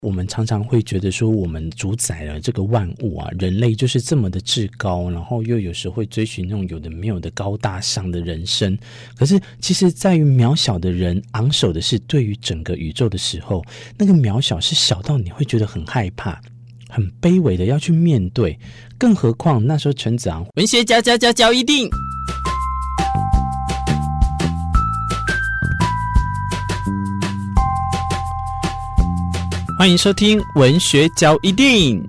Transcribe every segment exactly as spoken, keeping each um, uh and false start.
我们常常会觉得说我们主宰了这个万物啊，人类就是这么的至高，然后又有时会追寻那种有的没有的高大上的人生。可是其实在于渺小的人昂首的是对于整个宇宙的时候，那个渺小是小到你会觉得很害怕，很卑微的要去面对。更何况那时候陈子昂文学家家家教一定欢迎收听文学交一定。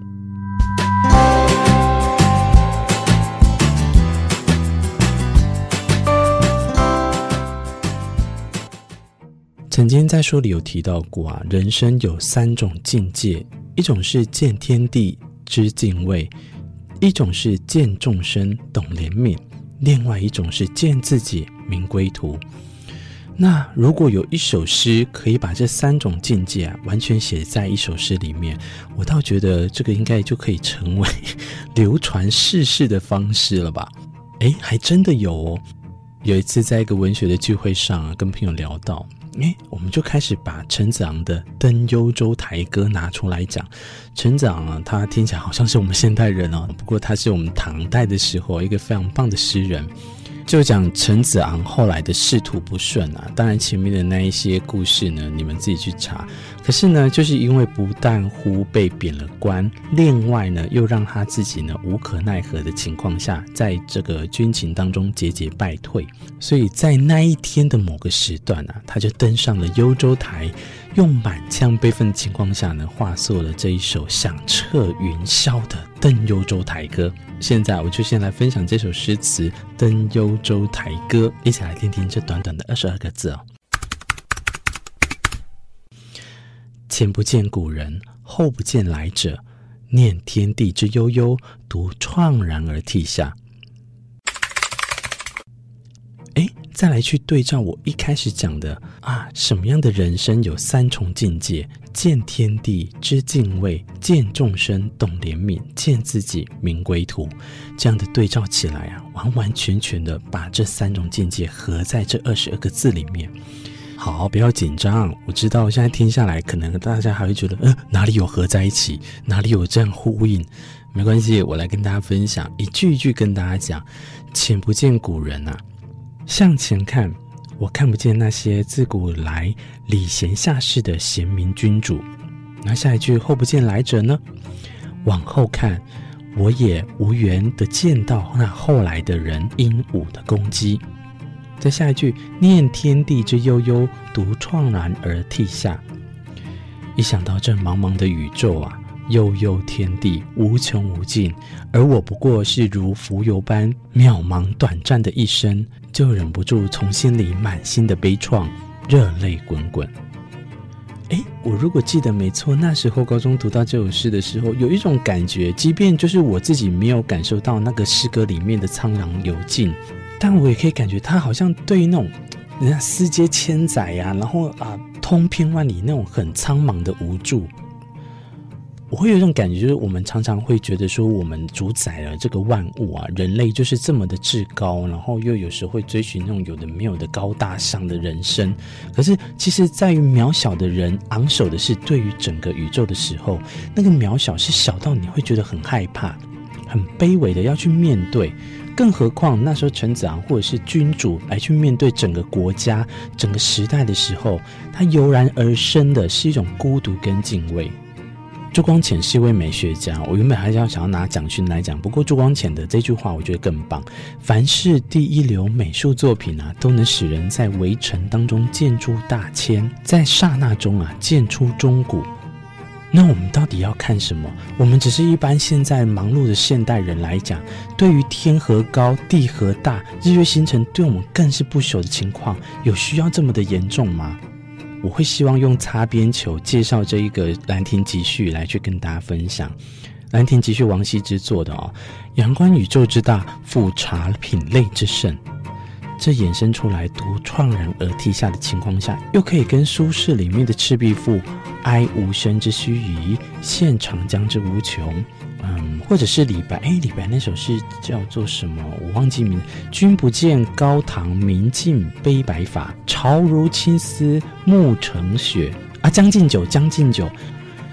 曾经在书里有提到过啊，人生有三种境界，一种是见天地知敬畏，一种是见众生懂怜悯，另外一种是见自己明归途。那如果有一首诗可以把这三种境界啊完全写在一首诗里面，我倒觉得这个应该就可以成为流传世世的方式了吧。诶，还真的有哦。有一次在一个文学的聚会上啊，跟朋友聊到，诶，我们就开始把陈子昂的《登幽州台歌》拿出来讲。陈子昂啊，他听起来好像是我们现代人哦，不过他是我们唐代的时候一个非常棒的诗人。就讲陈子昂后来的仕途不顺啊，当然前面的那一些故事呢，你们自己去查。可是呢，就是因为不但乎被贬了官，另外呢，又让他自己呢无可奈何的情况下，在这个军情当中节节败退。所以在那一天的某个时段啊，他就登上了幽州台，用满腔悲愤的情况下呢，化作了这一首响彻云霄的《登幽州台歌》。现在我就先来分享这首诗词《登幽州台歌》，一起来听听这短短的二十二个字哦。前不见古人，后不见来者，念天地之悠悠，独怆然而涕下。诶，再来去对照我一开始讲的啊，什么样的人生有三重境界：见天地知敬畏，见众生懂怜悯，见自己明归途。这样的对照起来啊，完完全全的把这三种境界合在这二十二个字里面。好，不要紧张，我知道现在听下来可能大家还会觉得呃，哪里有合在一起，哪里有这样呼应。没关系，我来跟大家分享，一句一句跟大家讲。前不见古人啊，向前看，我看不见那些自古来礼贤下士的贤明君主。那下一句后不见来者呢，往后看，我也无缘的见到那后来的人英武的功绩。再下一句，念天地之悠悠，独怆然而涕下。一想到这茫茫的宇宙啊，悠悠天地无穷无尽，而我不过是如蜉蝣般渺茫短暂的一生，就忍不住从心里满心的悲怆，热泪滚滚。诶，我如果记得没错，那时候高中读到这首诗的时候，有一种感觉，即便就是我自己没有感受到那个诗歌里面的苍凉流尽，但我也可以感觉他好像对于那种人家丝接千载啊，然后啊通篇万里那种很苍茫的无助，我会有一种感觉，就是我们常常会觉得说我们主宰了这个万物啊，人类就是这么的至高，然后又有时会追寻那种有的没有的高大上的人生。可是其实在于渺小的人昂首的是对于整个宇宙的时候，那个渺小是小到你会觉得很害怕，很卑微的要去面对。更何况那时候陈子昂或者是君主来去面对整个国家整个时代的时候，他油然而生的是一种孤独跟敬畏。朱光潜是一位美学家，我原本还是要想要拿奖勋来讲，不过朱光潜的这句话我觉得更棒。凡是第一流美术作品啊，都能使人在微尘当中见出大千，在刹那中啊见出中古。那我们到底要看什么？我们只是一般现在忙碌的现代人来讲，对于天何高地何大，日月星辰对我们更是不朽的情况，有需要这么的严重吗？我会希望用擦边球介绍这一个《兰亭集序》来去跟大家分享。《兰亭集序》王羲之做的哦，仰观宇宙之大，俯察品类之盛。这衍生出来独怆然而涕下的情况下，又可以跟苏轼里面的《赤壁赋》哀吾生之须臾，羡长江之无穷，嗯，或者是李白，哎，李白那首诗叫做什么？我忘记名。君不见高堂明镜悲白发，朝如青丝暮成雪啊！将进酒，将进酒。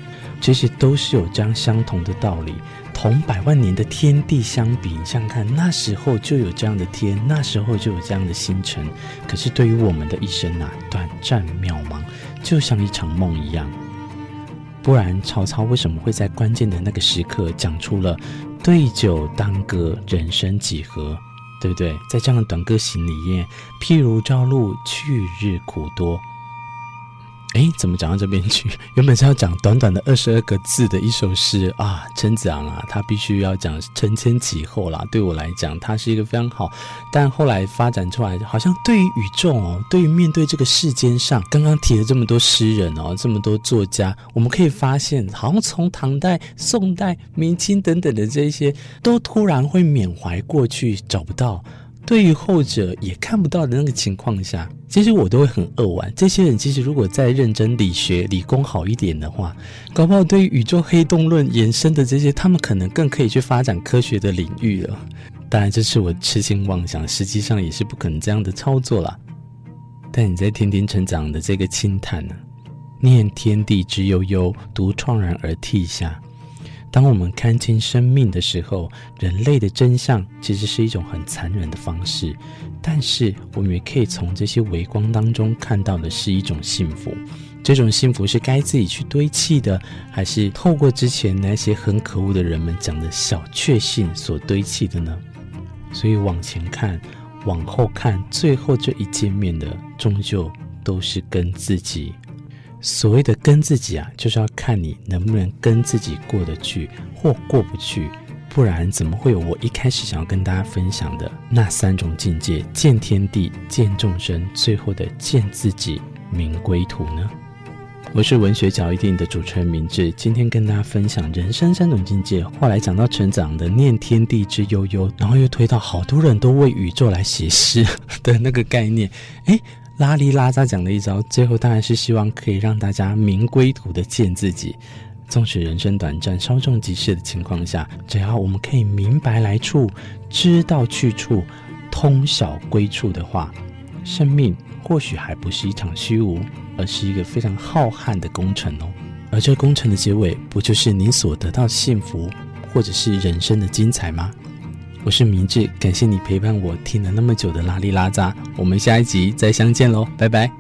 其实都是有这样相同的道理。同百万年的天地相比，你想想看，那时候就有这样的天，那时候就有这样的星辰，可是对于我们的一生啊，短暂渺茫，就像一场梦一样。不然曹操为什么会在关键的那个时刻讲出了对酒当歌，人生几何，对不对？在这样的短歌行里面，譬如朝露，去日苦多。诶，怎么讲到这边去？原本是要讲短短的二十二个字的一首诗啊，陈子昂啊，他必须要讲承前启后啦。对我来讲，他是一个非常好，但后来发展出来，好像对于宇宙哦，对于面对这个世间上，刚刚提了这么多诗人哦，这么多作家，我们可以发现，好像从唐代、宋代、明清等等的这些，都突然会缅怀过去，找不到。对于后者也看不到的那个情况下，其实我都会很扼腕。这些人其实如果再认真理学理工好一点的话，搞不好对于宇宙黑洞论延伸的这些，他们可能更可以去发展科学的领域了。当然这是我痴心妄想，实际上也是不可能这样的操作啦。但你在天天成长的这个轻叹呢、啊，念天地之悠悠，独怆然而涕下。当我们看清生命的时候，人类的真相其实是一种很残忍的方式，但是我们也可以从这些微光当中看到的是一种幸福。这种幸福是该自己去堆砌的，还是透过之前那些很可恶的人们讲的小确幸所堆砌的呢？所以往前看，往后看，最后这一见面的终究都是跟自己。所谓的跟自己啊，就是要看你能不能跟自己过得去或过不去，不然怎么会有我一开始想要跟大家分享的那三种境界：见天地、见众生，最后的见自己，明归途呢？我是文学角一定的主持人明志，今天跟大家分享人生三种境界，后来讲到陈子昂的念天地之悠悠，然后又推到好多人都为宇宙来写诗的那个概念。诶拉里拉扎讲的一招，最后当然是希望可以让大家明归途的见自己。纵使人生短暂，稍纵即逝的情况下，只要我们可以明白来处，知道去处，通晓归处的话，生命或许还不是一场虚无，而是一个非常浩瀚的工程哦。而这工程的结尾，不就是你所得到幸福，或者是人生的精彩吗？我是明志，感谢你陪伴我听了那么久的拉里拉扎，我们下一集再相见咯，拜拜。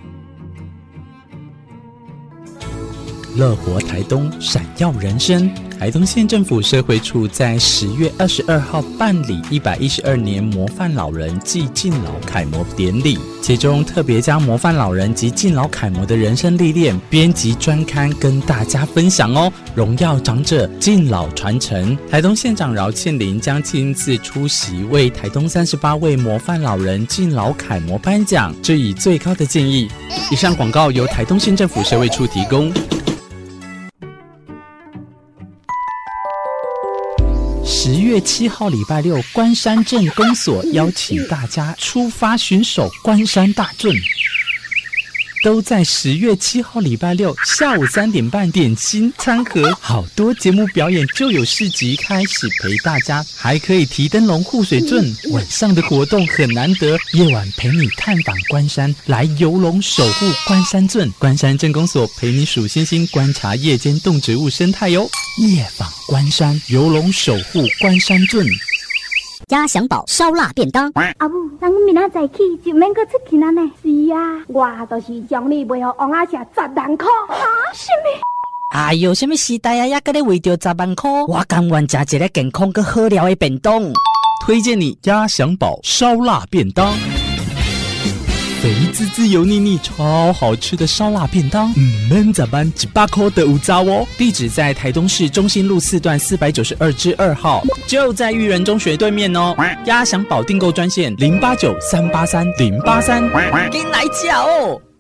乐活台东，闪耀人生。台东县政府社会处在十月二十二号办理一百一十二年模范老人暨敬老楷模典礼，其中特别将模范老人及敬老楷模的人生历练编辑专刊跟大家分享哦，荣耀长者，敬老传承。台东县长饶庆林将亲自出席，为台东三十八位模范老人敬老楷模颁奖，致以最高的敬意。以上广告由台东县政府社会处提供。十月七号礼拜六，关山镇公所邀请大家出发巡守关山大圳，都在十月七号礼拜六下午三点半点心餐盒，好多节目表演就有市集开始陪大家，还可以提灯笼护水圳。晚上的活动很难得，夜晚陪你探访关山，来游龙守护关山圳。关山镇公所陪你数星星，观察夜间动植物生态哟。夜访关山，游龙守护关山圳。 鸭翔堡烧腊便当。 阿母，咱明仔早起就免阁出去啊呢。是啊，我就是将你卖予王阿姐十万块。哈？什么？ 哎呦，什么时代啊，还搁咧为着十万块？我甘愿吃一个健康佮好料的便当。 推荐你鸭翔堡烧腊便当。肥滋滋油腻腻超好吃的烧腊便当，嗯，免十万一百块的有招哦。地址在台东市中心路四段四百九十二之二号，就在育人中学对面哦。鸭翔堡订购专线零八九三八三零八三， 给来吃哦。